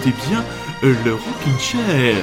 écoutez bien le Rockin' Chair.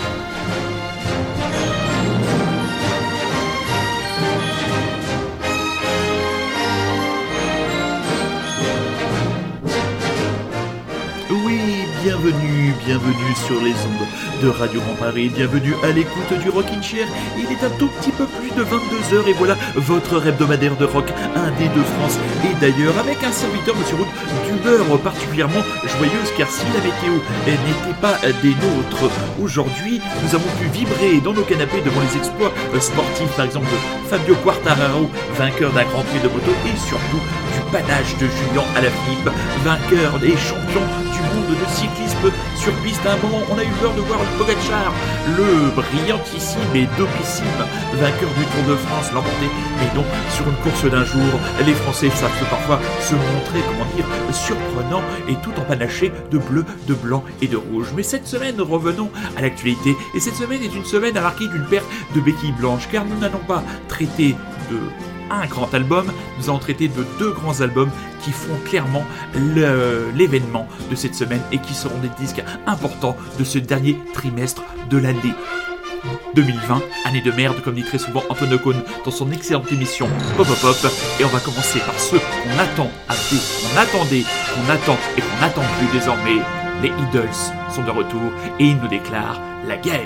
Bienvenue sur les ondes de Radio Grand Paris, bienvenue à l'écoute du Rockin' Chair. Il est un tout petit peu plus de 22h et voilà votre hebdomadaire de rock, un des deux France et d'ailleurs avec un serviteur, Monsieur Roux, d'humeur particulièrement joyeuse car si la météo n'était pas des nôtres aujourd'hui, nous avons pu vibrer dans nos canapés devant les exploits sportifs par exemple de Fabio Quartararo, vainqueur d'un Grand Prix de moto et surtout du panache de Julien Alaphilippe, vainqueur des champions du monde de cyclisme sur piste. À un moment, on a eu peur de voir Pogačar, le brillantissime et dopissime vainqueur du Tour de France, l'emporter. Mais donc, sur une course d'un jour, les Français savent parfois se montrer, surprenants et tout en panaché de bleu, de blanc et de rouge. Mais cette semaine, revenons à l'actualité. Et cette semaine est une semaine marquée d'une paire de béquilles blanches, car nous n'allons pas traiter de un grand album, nous allons traiter de deux grands albums qui font clairement l'événement de cette semaine et qui seront des disques importants de ce dernier trimestre de l'année 2020, année de merde, comme dit très souvent Antoine Ocon dans son excellente émission Pop Pop Pop. Et on va commencer par ceux qu'on attend, qu'on attendait, qu'on attend et qu'on n'attend plus désormais. Les Idols sont de retour et ils nous déclarent la guerre.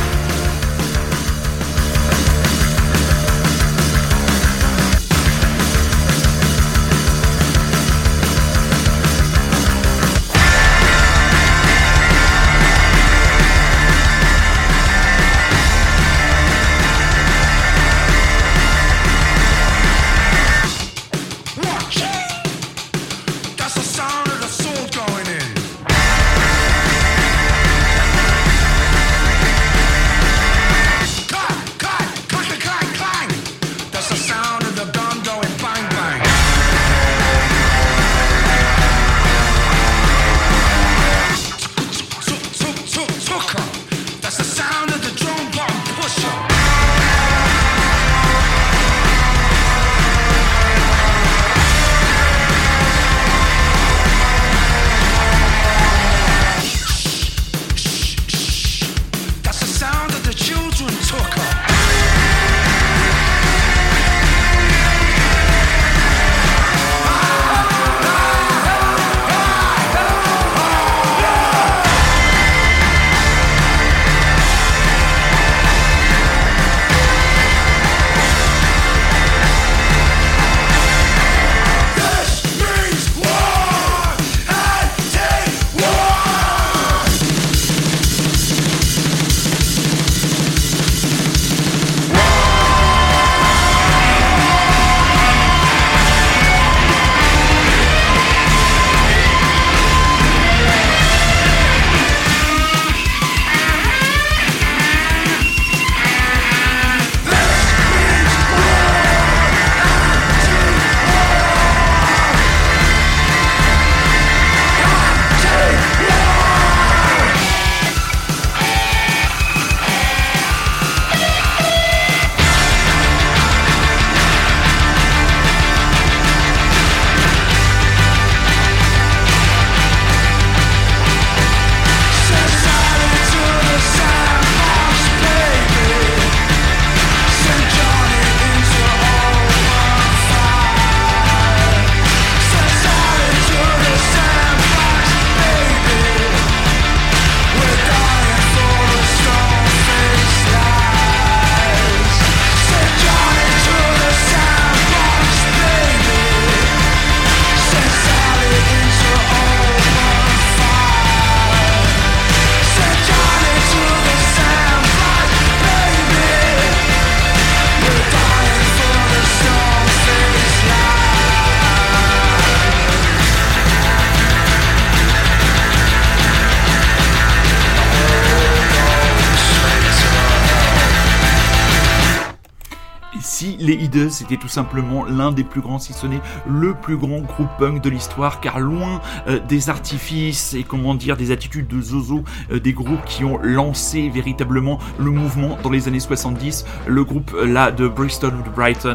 Les Idols, c'était tout simplement l'un des plus grands, si ce n'est le plus grand groupe punk de l'histoire, car loin des artifices et des attitudes de zozo des groupes qui ont lancé véritablement le mouvement dans les années 70, le groupe là de Bristol ou de Brighton,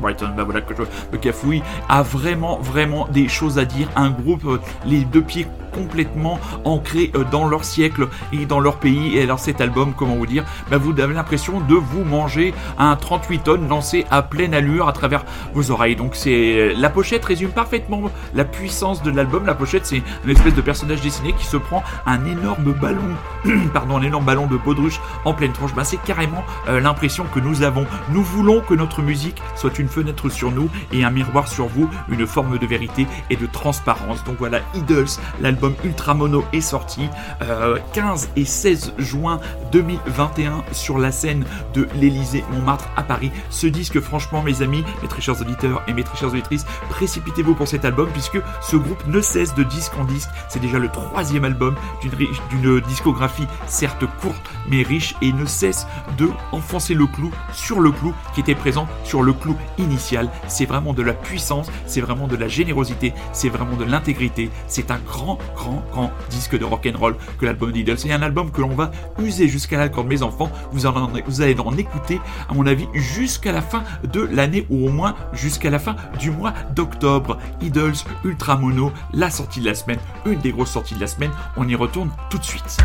que je me cafouille, a vraiment des choses à dire. Un groupe les deux pieds complètement ancrés dans leur siècle et dans leur pays. Et alors cet album, comment vous dire, vous avez l'impression de vous manger un 38 tonnes lancé à pleine allure à travers vos oreilles. Donc c'est la pochette résume parfaitement la puissance de l'album. La pochette, c'est une espèce de personnage dessiné qui se prend un énorme ballon, un énorme ballon de baudruche en pleine tronche. C'est carrément l'impression que nous avons. Nous voulons que notre musique soit une fenêtre sur nous et un miroir sur vous, une forme de vérité et de transparence. Donc voilà, Idols, l'album Ultra Mono est sorti 15 et 16 juin 2021 sur la scène de l'Élysée Montmartre à Paris. Ce disque, franchement, mes amis, mes très chers auditeurs et mes très chères auditrices, précipitez-vous pour cet album puisque ce groupe ne cesse de disque en disque. C'est déjà le 3e album d'une discographie certes courte mais riche et ne cesse de enfoncer le clou sur le clou qui était présent sur le clou initial. C'est vraiment de la puissance, c'est vraiment de la générosité, c'est vraiment de l'intégrité. C'est un grand disque de rock'n'roll que l'album d'Idols. C'est un album que l'on va user jusqu'à la corde, mes enfants. Vous allez en écouter, à mon avis, jusqu'à la fin de l'année ou au moins jusqu'à la fin du mois d'octobre. Idols, Ultra Mono, la sortie de la semaine, une des grosses sorties de la semaine. On y retourne tout de suite.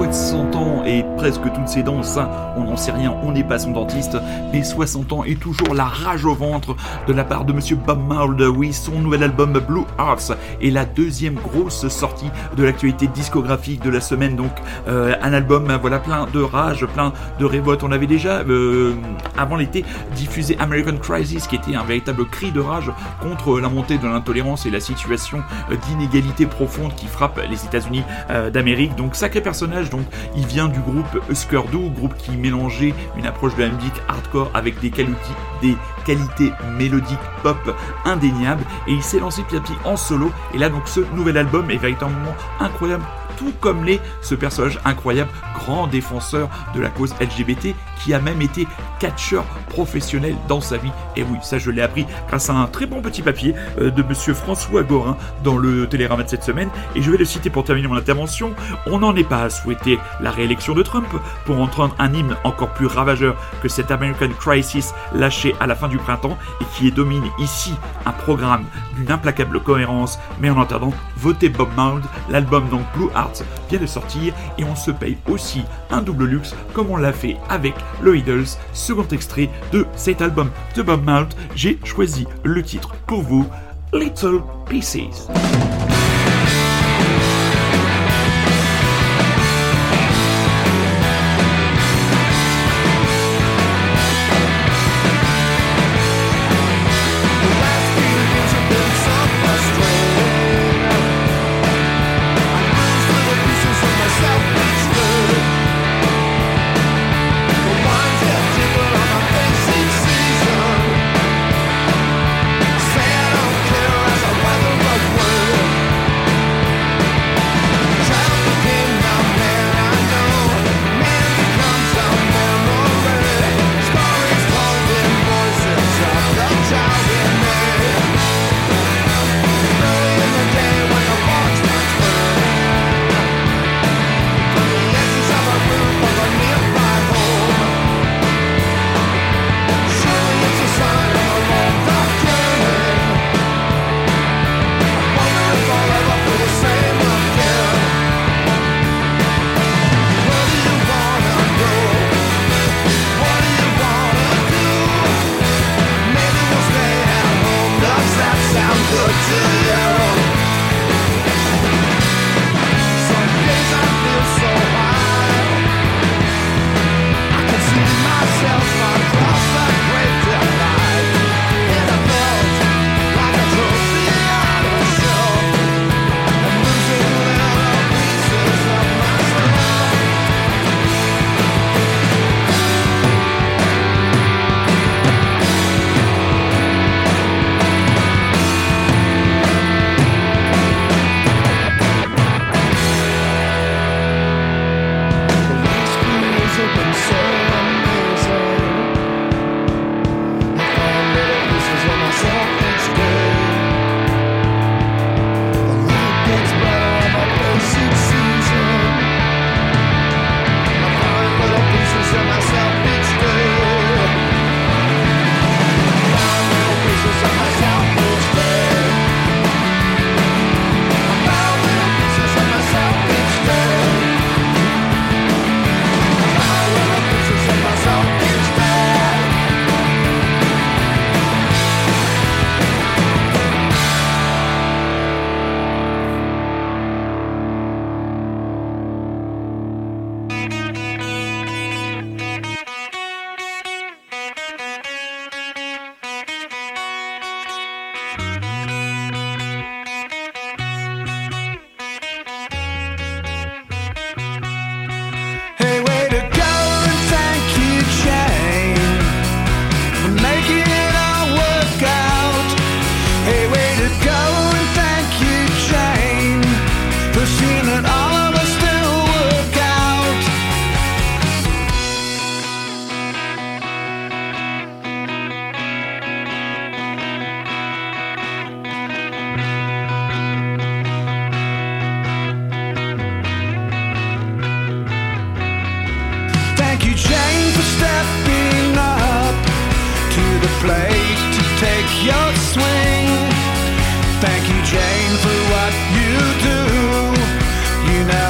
60 ans et presque toutes ses dents, ça, on n'en sait rien, on n'est pas son dentiste, mais 60 ans et toujours la rage au ventre de la part de Monsieur Bob Mould. Oui, son nouvel album Blue Hearts est la deuxième grosse sortie de l'actualité discographique de la semaine, donc un album voilà, plein de rage, plein de révolte. On avait déjà, avant l'été, diffusé American Crisis, qui était un véritable cri de rage contre la montée de l'intolérance et la situation d'inégalité profonde qui frappe les États-Unis d'Amérique. Donc sacré personnage, donc il vient du groupe Husker Du, groupe qui mélangeait une approche de la musique hardcore avec des qualités mélodiques pop indéniables, et il s'est lancé petit à petit en solo, et là donc ce nouvel album est véritablement incroyable, tout comme ce personnage incroyable, grand défenseur de la cause LGBT, qui a même été catcheur professionnel dans sa vie. Et oui, ça je l'ai appris grâce à un très bon petit papier de monsieur François Gorin dans le Télérama de cette semaine, et je vais le citer pour terminer mon intervention. On n'en est pas à souhaiter la réélection de Trump pour entendre un hymne encore plus ravageur que cet American Crisis lâché à la fin du printemps et qui domine ici un programme d'une implacable cohérence, mais en attendant, votez Bob Mould. L'album donc Blue Hearts vient de sortir et on se paye aussi un double luxe comme on l'a fait avec le Idols, second extrait de cet album de Bob Mould. J'ai choisi le titre pour vous, Little Pieces. Thank you, Jane, for what you do. You know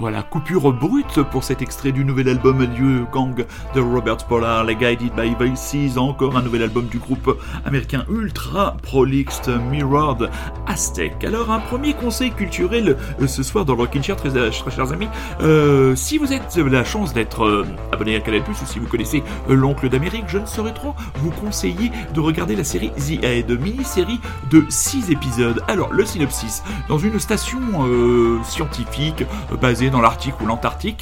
Voilà, coupure brute pour cet extrait du nouvel album Lieu Gang de Robert Pollard, les Guided by Voices, encore un nouvel album du groupe américain ultra prolixe Mirrored Aztec. Alors, un premier conseil culturel ce soir dans le Rockin' Chair, très chers amis. Si vous avez la chance d'être abonné à Canal+, ou si vous connaissez l'Oncle d'Amérique, je ne saurais trop vous conseiller de regarder la série The Head, mini-série de 6 épisodes. Alors, le synopsis, dans une station scientifique basée dans l'Arctique ou l'Antarctique,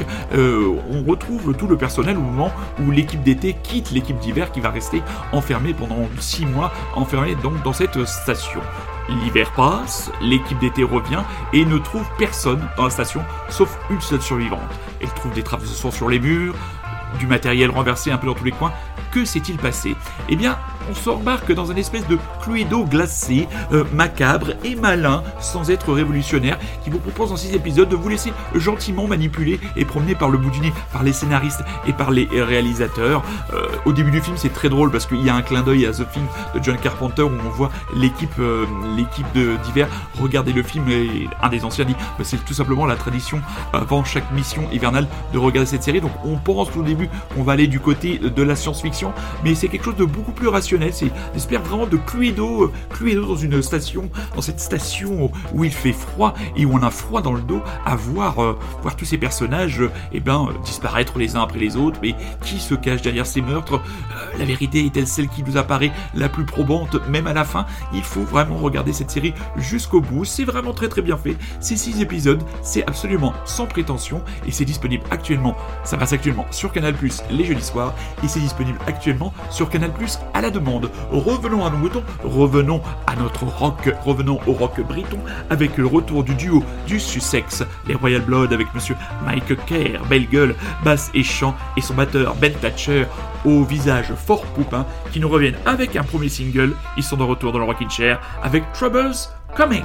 on retrouve tout le personnel au moment où l'équipe d'été quitte l'équipe d'hiver qui va rester enfermée pendant 6 mois, enfermée donc dans cette station. L'hiver passe, l'équipe d'été revient et ne trouve personne dans la station, sauf une seule survivante. Elle trouve des traces de sang sur les murs, du matériel renversé un peu dans tous les coins. Que s'est-il passé ? Eh bien, on s'embarque dans une espèce de Cluedo glacé, macabre et malin, sans être révolutionnaire, qui vous propose en 6 épisodes de vous laisser gentiment manipuler et promener par le bout du nez par les scénaristes et par les réalisateurs. Au début du film, c'est très drôle parce qu'il y a un clin d'œil à The Thing de John Carpenter où on voit l'équipe d'hiver regarder le film et un des anciens dit c'est tout simplement la tradition avant chaque mission hivernale de regarder cette série. Donc on pense au début qu'on va aller du côté de la science-fiction, mais c'est quelque chose de beaucoup plus rationnel. C'est une espèce vraiment de Cluedo dans une station, dans cette station où il fait froid et où on a froid dans le dos à voir tous ces personnages disparaître les uns après les autres. Mais qui se cache derrière ces meurtres ? La vérité est-elle celle qui nous apparaît la plus probante, même à la fin ? Il faut vraiment regarder cette série jusqu'au bout. C'est vraiment très très bien fait. Ces 6 épisodes, c'est absolument sans prétention et c'est disponible actuellement. Ça passe actuellement sur Canal+ les jeudis soirs et c'est disponible actuellement sur Canal+ à la demande. Revenons à nos moutons, revenons à notre rock, revenons au rock briton avec le retour du duo du Sussex, les Royal Blood avec monsieur Mike Kerr, belle gueule, basse et chant, et son batteur Ben Thatcher au visage fort poupin qui nous reviennent avec un premier single. Ils sont de retour dans le Rockin' Chair avec Troubles Coming.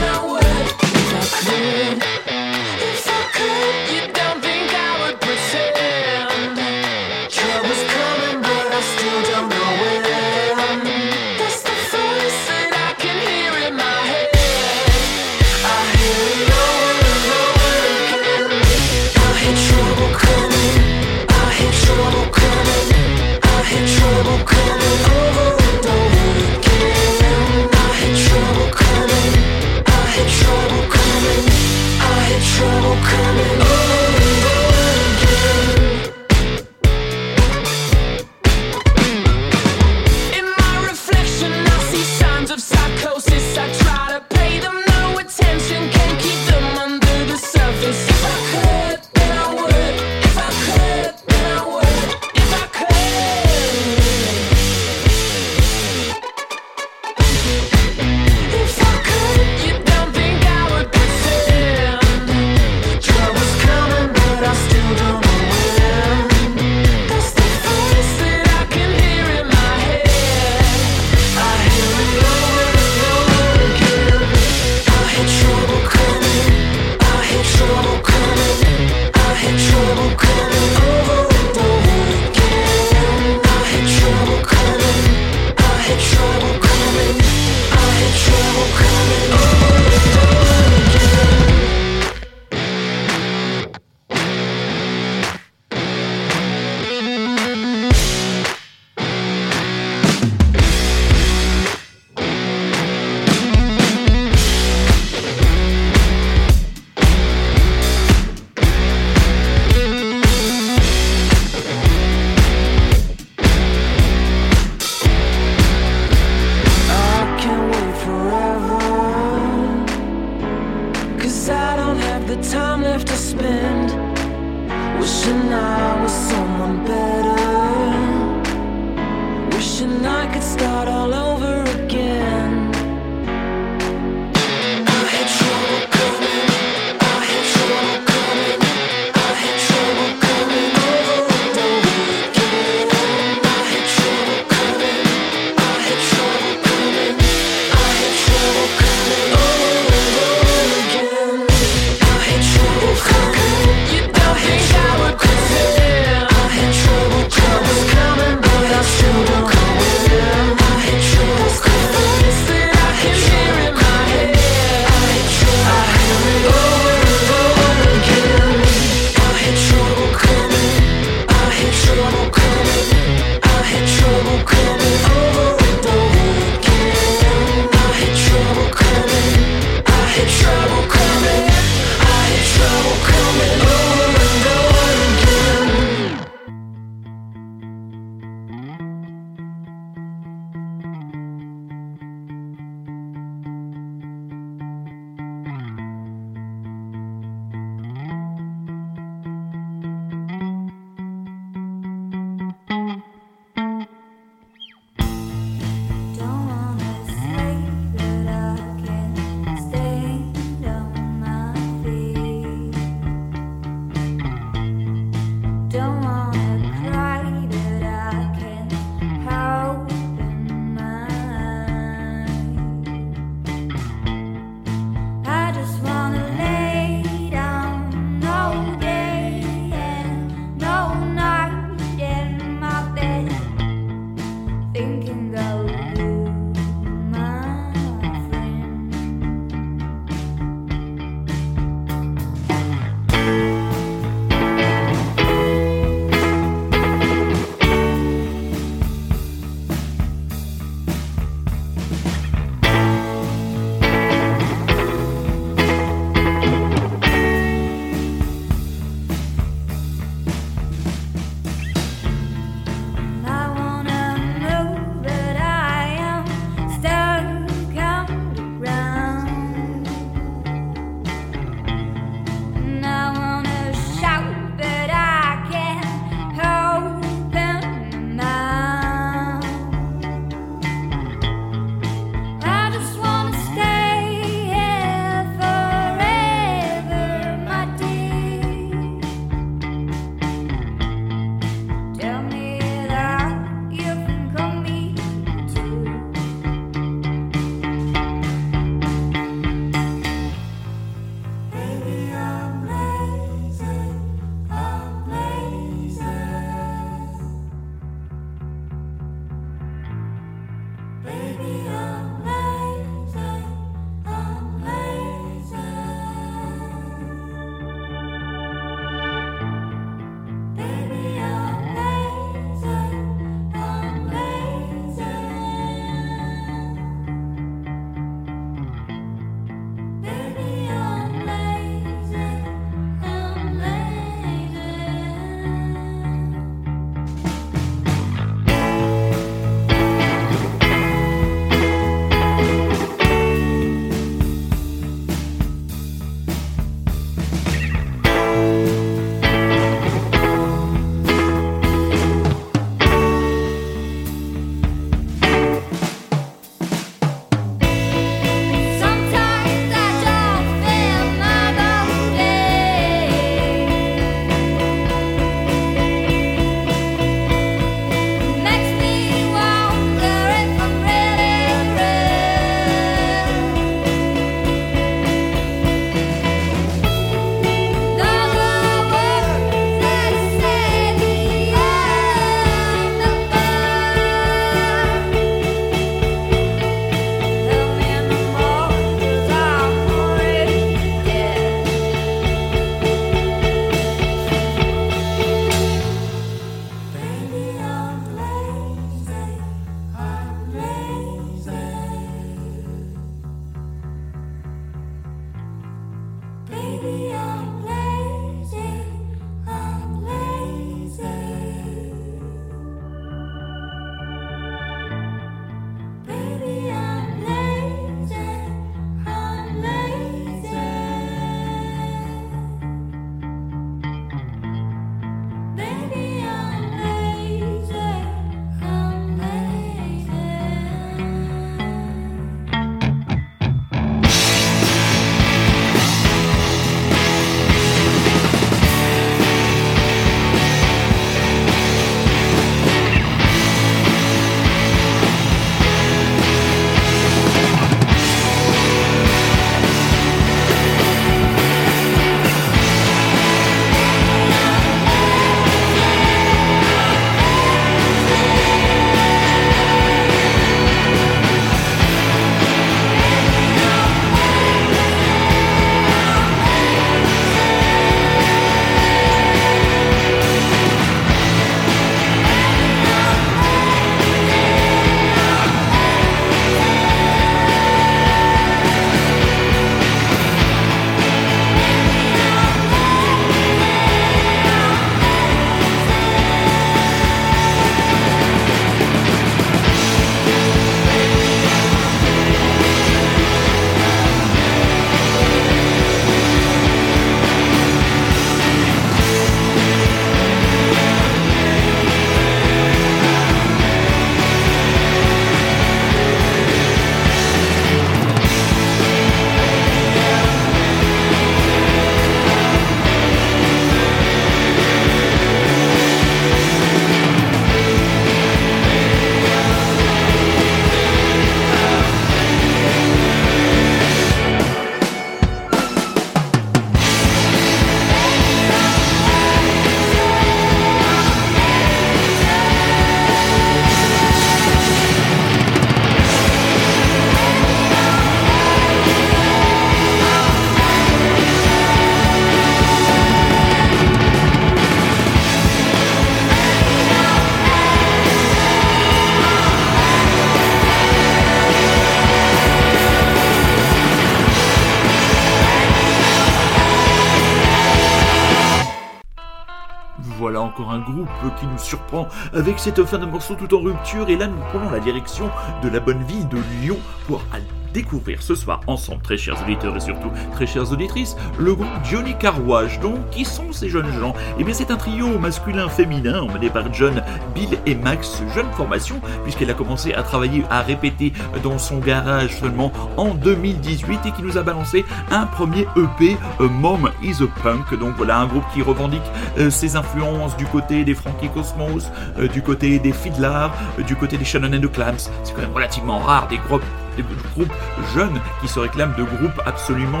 voilà encore un groupe qui nous surprend avec cette fin de morceau tout en rupture. Et là, nous prenons la direction de la bonne ville de Lyon pour découvrir ce soir ensemble, très chers auditeurs et surtout très chères auditrices, le groupe Johnny Car Wash. Donc, qui sont ces jeunes gens? Eh bien, c'est un trio masculin-féminin emmené par John, Bill et Max, jeune formation, puisqu'elle a commencé à travailler, à répéter dans son garage seulement en 2018 et qui nous a balancé un premier EP, Mom is a Punk. Donc voilà, un groupe qui revendique ses influences du côté des Frankie Cosmos, du côté des Fiddlers, du côté des Shannon and the Clams. C'est quand même relativement rare des groupes jeunes qui se réclament de groupes absolument,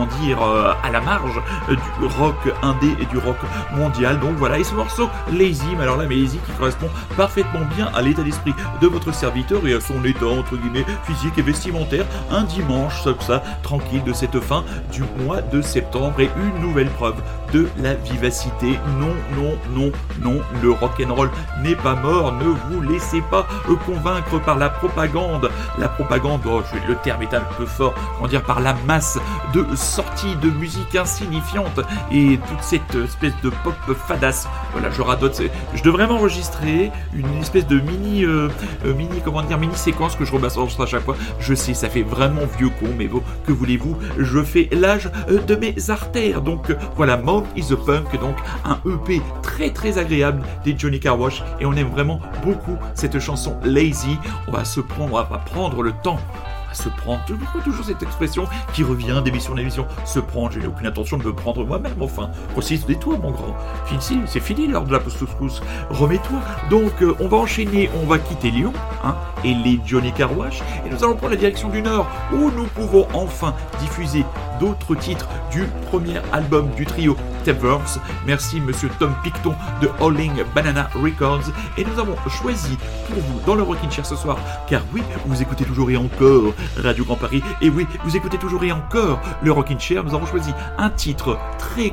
à la marge du rock indé et du rock mondial. Donc voilà, et ce morceau Lazy, mais alors là, Lazy qui correspond parfaitement bien à l'état d'esprit de votre serviteur et à son état, entre guillemets, physique et vestimentaire, un dimanche, ça, tranquille de cette fin du mois de septembre, et une nouvelle preuve de la vivacité. Non, le rock'n'roll n'est pas mort, ne vous laissez pas convaincre par la propagande, le terme est un peu fort, par la masse de sorties de musique insignifiante et toute cette espèce de pop fadasse. Voilà, je radote, je devrais m'enregistrer une espèce de mini séquence que je rebalance à chaque fois. Je sais, ça fait vraiment vieux con, mais bon, que voulez-vous, je fais l'âge de mes artères. Donc voilà, Mom is a Punk, donc un EP très très agréable des Johnny Car Wash, et on aime vraiment beaucoup cette chanson Lazy. On va prendre le temps à se prendre, toujours cette expression qui revient d'émission en émission, se prendre. Je n'ai aucune intention de me prendre moi-même, enfin, recide-toi mon grand, c'est fini l'heure de la post-couscous, remets-toi. Donc on va enchaîner, on va quitter Lyon et les Johnny Car Wash, et nous allons prendre la direction du Nord, où nous pouvons enfin diffuser d'autres titres du premier album du trio Tapeworms. Merci monsieur Tom Picton de Howling Banana Records, et nous avons choisi pour vous dans le Rockin' Chair ce soir, car oui, vous écoutez toujours et encore Radio Grand Paris, et oui, vous écoutez toujours et encore le Rockin' Chair. Nous avons choisi un titre très,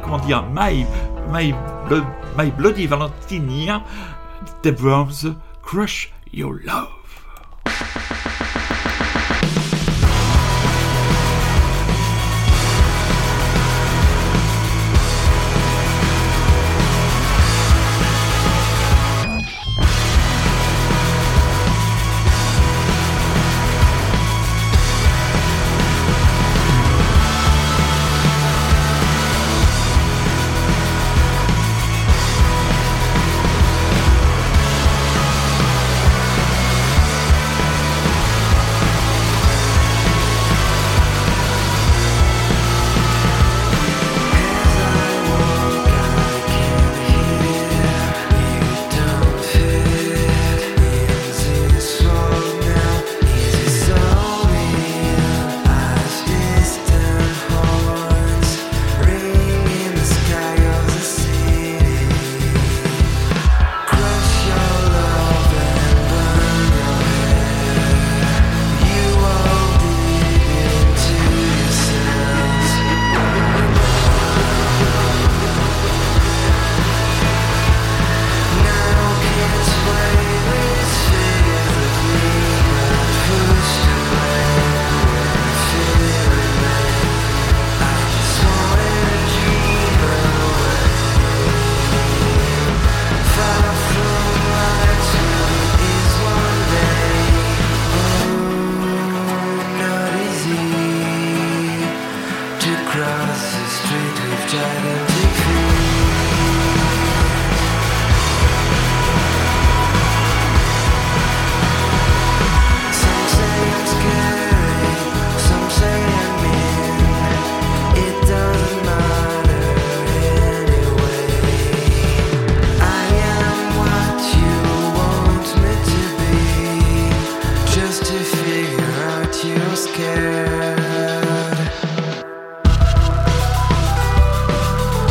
My Bloody Valentine, Tapeworms, Crush Your Love. Scared.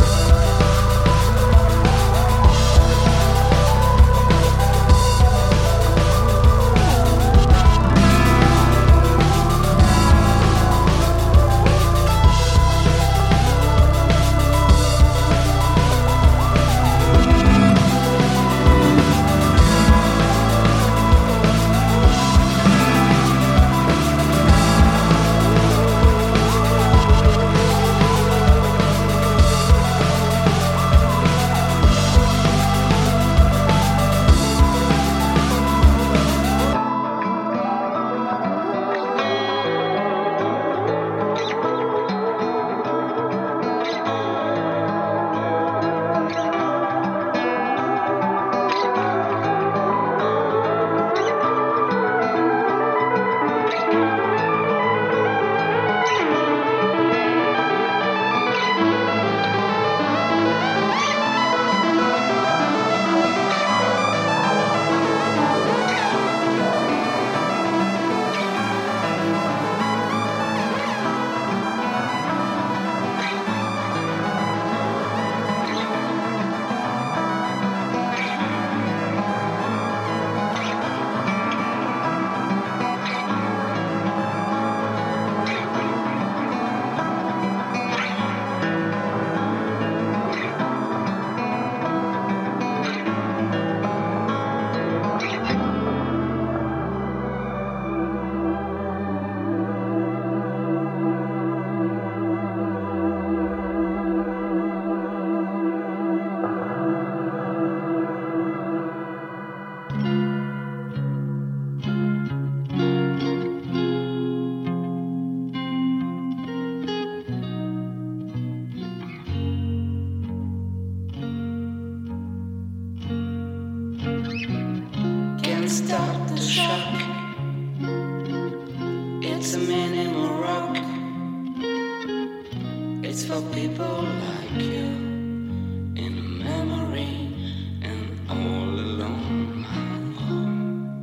for people like you in a memory and all alone my own.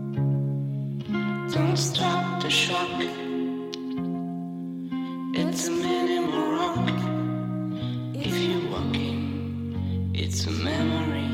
Don't stop the shock. It's a minimal rock. If you're walking, it's a memory.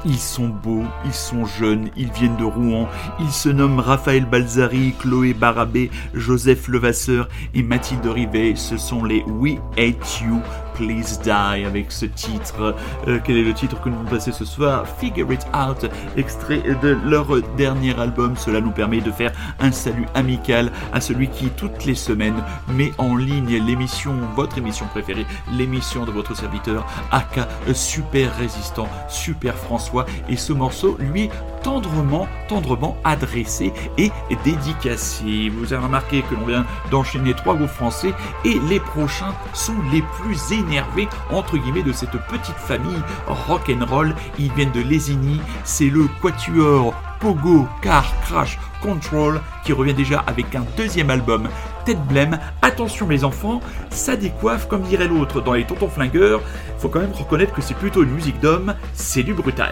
Ils sont beaux, ils sont jeunes, ils viennent de Rouen, ils se nomment Raphaël Balzari, Chloé Barabé, Joseph Levasseur et Mathilde Rivet. Ce sont les We Hate You, Please Die, avec ce titre. Quel est le titre que nous allons passer ce soir? Figure It Out, extrait de leur dernier album. Cela nous permet de faire un salut amical à celui qui, toutes les semaines, met en ligne l'émission, votre émission préférée, l'émission de votre serviteur, aka Super Résistant, Super François. Et ce morceau lui est tendrement adressé et dédicacé. Vous avez remarqué que l'on vient d'enchaîner 3 groupes français et les prochains sont les plus énervés entre guillemets de cette petite famille rock'n'roll. Ils viennent de Lésigny, c'est le quatuor Pogo Car Crash Control qui revient déjà avec un deuxième album, Tête Blême. Attention les enfants, ça décoiffe comme dirait l'autre dans les Tontons Flingueurs. Faut quand même reconnaître que c'est plutôt une musique d'homme, c'est du brutal.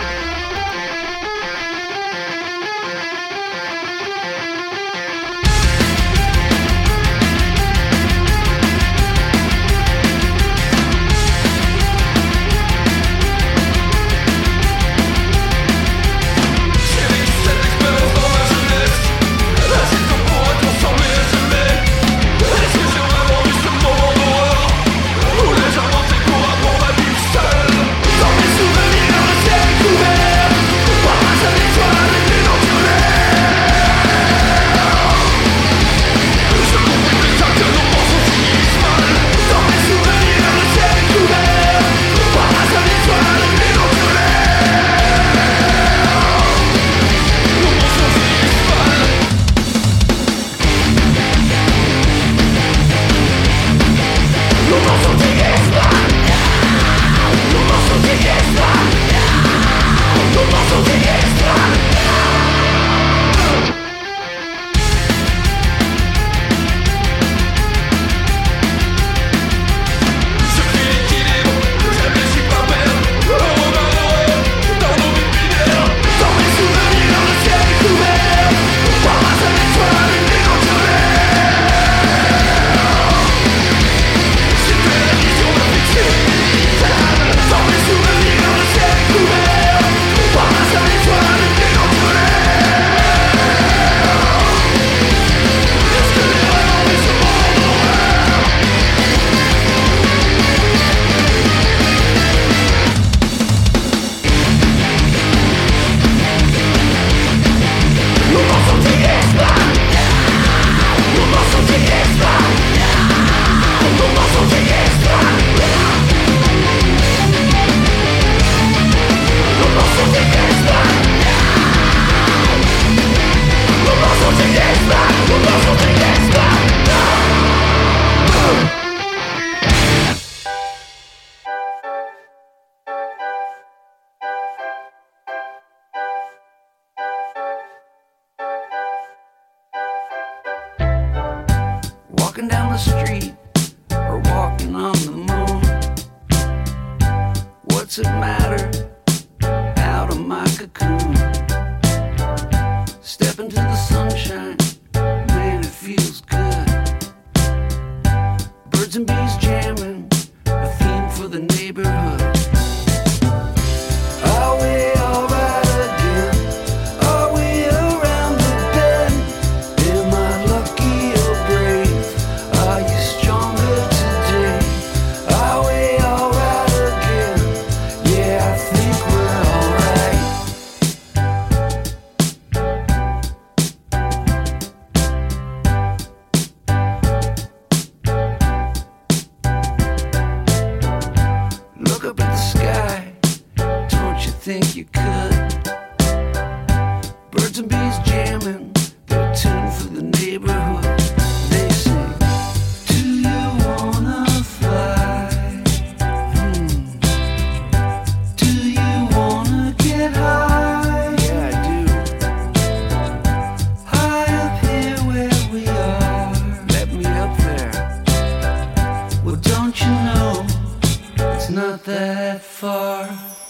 Walking down the street or walking on the moon. What's it matter? Out of my cocoon. Step into the sunshine, man, it feels good. Birds and bees jamming, a theme for the neighborhood. Are we alright again? Are we around the bend? Am I lucky or brave? Are you stronger today? Are we alright again? Yeah, I think we're alright. Look up at the sky, don't you think you could? Birds and bees jamming, they're tuned for the neighborhood. They sing, do you wanna fly? Do you wanna get high? Yeah, I do. High up here where we are. Let me up there. Well, don't you know it's not that far?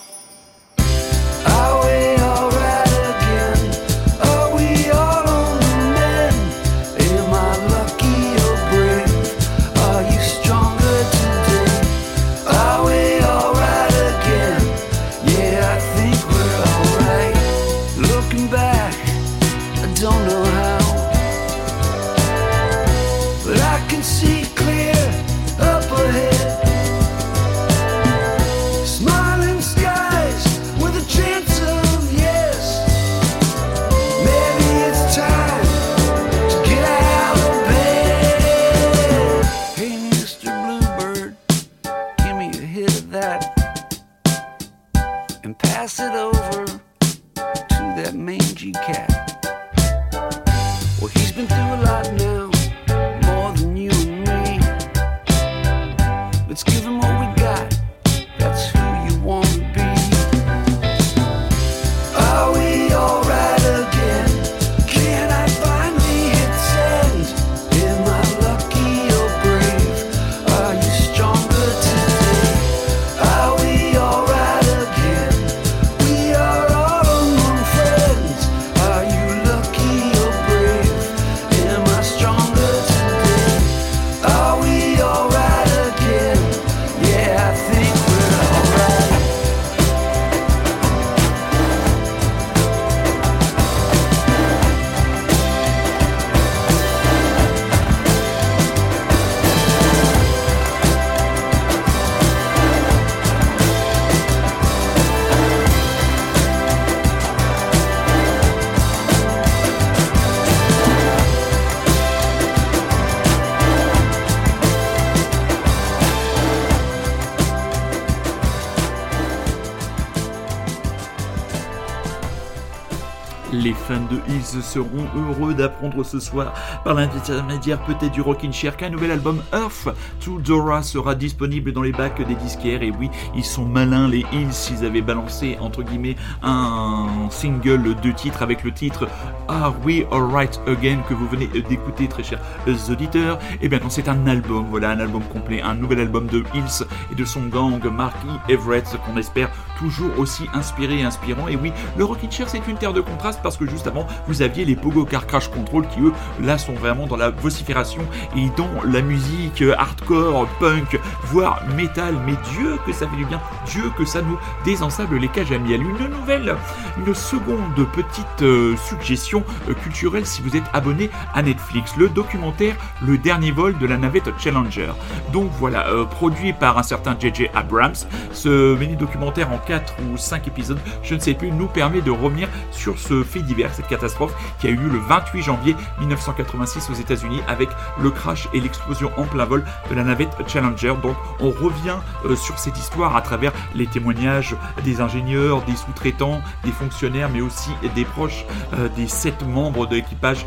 Are we alright again? Are we all on the mend? Am I lucky or brave? Are you stronger today? Are we alright again? Yeah, I think we're can see clear up ahead. Smiling skies with a chance of yes. Maybe it's time to get out of bed. Hey, Mr. Bluebird, give me a hit of that and pass it over to that mangy cat. Well, he's been through a lot now, more than you and me. Let's give him what we got, that's who you want to be. Are we alright again? Can I finally hit send? Am I lucky or brave? Are you stronger today? Are we alright again? We are all among friends. Are you lucky or brave? Am I stronger today? Are we alright again? Yeah, I think we're alright. Les fans de Hills seront heureux d'apprendre ce soir, par l'intermédiaire peut-être du Rockin' Chair, qu'un nouvel album Earth to Dora sera disponible dans les bacs des disquaires. Et oui, ils sont malins les Hills, ils avaient balancé entre guillemets un single de titre avec le titre Are We Alright Again que vous venez d'écouter, très chers auditeurs. Et bien non, c'est un album, voilà, un album complet, un nouvel album de Hills et de son gang Marky Everett, qu'on espère toujours aussi inspiré et inspirant. Et oui, le Rockin' Chair, c'est une terre de contraste, parce que juste avant, vous aviez les Pogo Car Crash Control qui, eux, là, sont vraiment dans la vocifération et dans la musique hardcore, punk, voire métal. Mais Dieu que ça fait du bien, Dieu que ça nous désensable les cages à miel. Une seconde petite suggestion culturelle si vous êtes abonné à Netflix. Le documentaire Le Dernier Vol de la Navette Challenger. Donc voilà, produit par un certain J.J. Abrams. Ce mini-documentaire en 4 ou 5 épisodes, je ne sais plus, nous permet de revenir sur ce fait divers, cette catastrophe qui a eu lieu le 28 janvier 1986 aux États-Unis avec le crash et l'explosion en plein vol de la navette Challenger. Donc on revient sur cette histoire à travers les témoignages des ingénieurs, des sous-traitants, des fonctionnaires, mais aussi des proches des 7 membres de l'équipage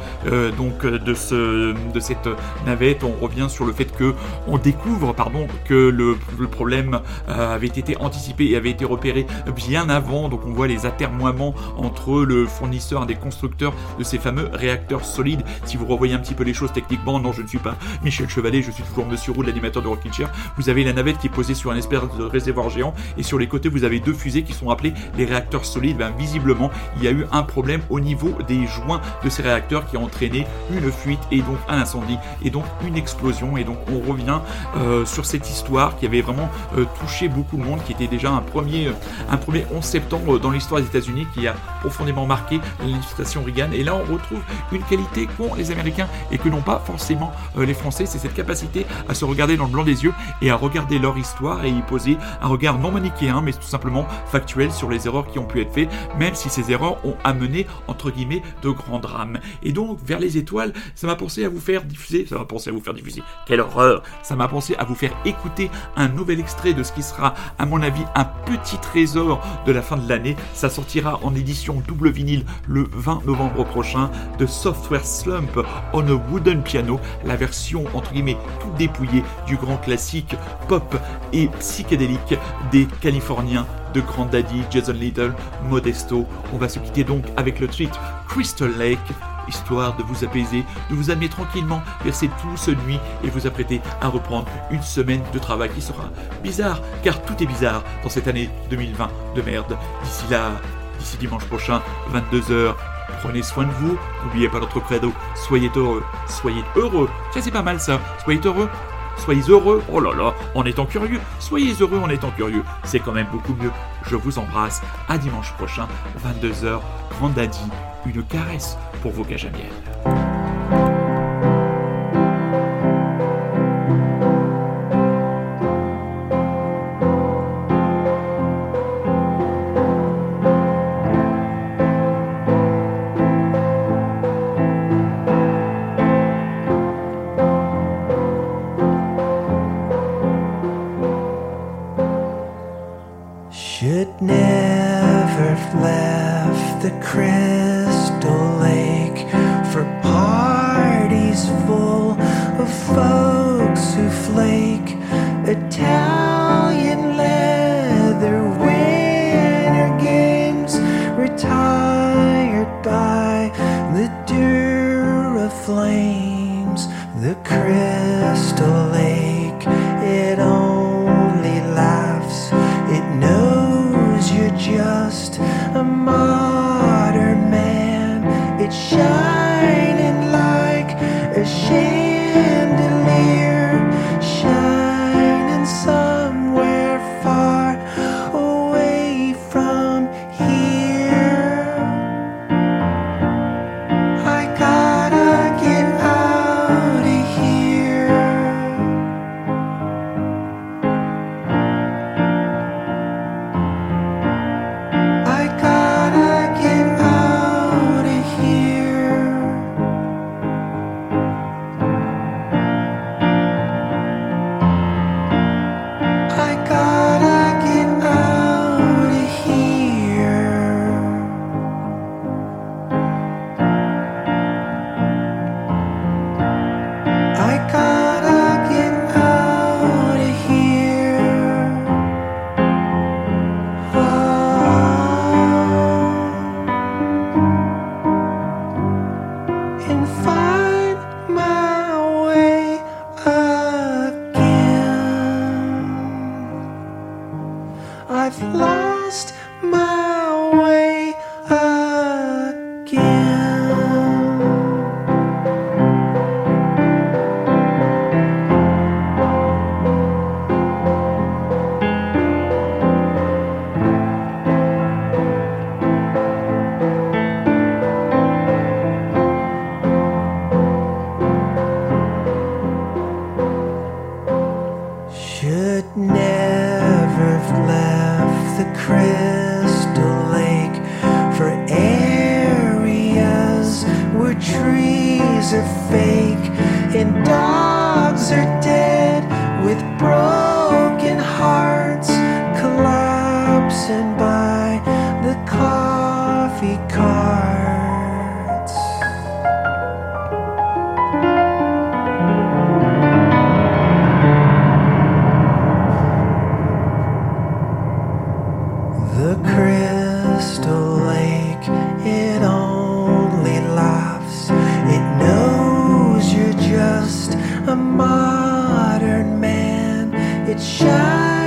de cette navette. On revient sur le fait que on découvre que le problème avait été anticipé et avait été repéré bien avant. Donc on voit les atermoiements entre le fournisseur, un des constructeurs de ces fameux réacteurs solides. Si vous revoyez un petit peu les choses techniquement, non, je ne suis pas Michel Chevalet, je suis toujours Monsieur Roux, l'animateur de Rockin' Chair. Vous avez la navette qui est posée sur un espèce de réservoir géant et sur les côtés vous avez 2 fusées qui sont appelées les réacteurs solides. Visiblement, il y a eu un problème au niveau des joints de ces réacteurs qui a entraîné une fuite et donc un incendie et donc une explosion. Et donc on revient sur cette histoire qui avait vraiment touché beaucoup de monde, qui était déjà un premier 11 septembre dans l'histoire des États-Unis, qui a profondément marqué l'administration Reagan. Et là on retrouve une qualité qu'ont les Américains et que n'ont pas forcément les Français, c'est cette capacité à se regarder dans le blanc des yeux et à regarder leur histoire et y poser un regard non manichéen mais tout simplement factuel sur les erreurs qui ont pu être faites, même si ces erreurs ont amené entre guillemets de grands drames. Et donc Vers les étoiles, ça m'a pensé à vous faire diffuser, quelle horreur, ça m'a pensé à vous faire écouter un nouvel extrait de ce qui sera à mon avis un petit trésor de la fin de l'année. Ça sortira en édition double vinyle le 20 novembre prochain, de Software Slump on a Wooden Piano, la version entre guillemets tout dépouillée du grand classique pop et psychédélique des Californiens de Grand Daddy, Jason Little, Modesto. On va se quitter donc avec le titre Crystal Lake, histoire de vous apaiser, de vous amener tranquillement vers cette douce nuit et vous apprêter à reprendre une semaine de travail qui sera bizarre, car tout est bizarre dans cette année 2020 de merde. D'ici dimanche prochain, 22h, prenez soin de vous, n'oubliez pas notre credo, soyez heureux, ça c'est pas mal ça, soyez heureux, oh là là, en étant curieux, soyez heureux en étant curieux, c'est quand même beaucoup mieux. Je vous embrasse, à dimanche prochain, 22h, Grand Daddy, une caresse pour vos cages à miel. the Crystal Lake for parties full of folks who flake. Italian leather winter games retired by the Duraflames. The Crystal Lake, it only laughs. It knows you're just a modern man. It's shining like a chandelier, shining somewhere far away from here. I gotta get out of here. I gotta get out of here. I gotta get out of here. I gotta get out of here. And find my way again. I've lost my way again. Should never have left the Crystal Lake for areas where trees are fake and dogs are dead with broken hearts collapsing by the coffee carts. The Crystal Lake, it only laughs. It knows you're just a modern man. It shines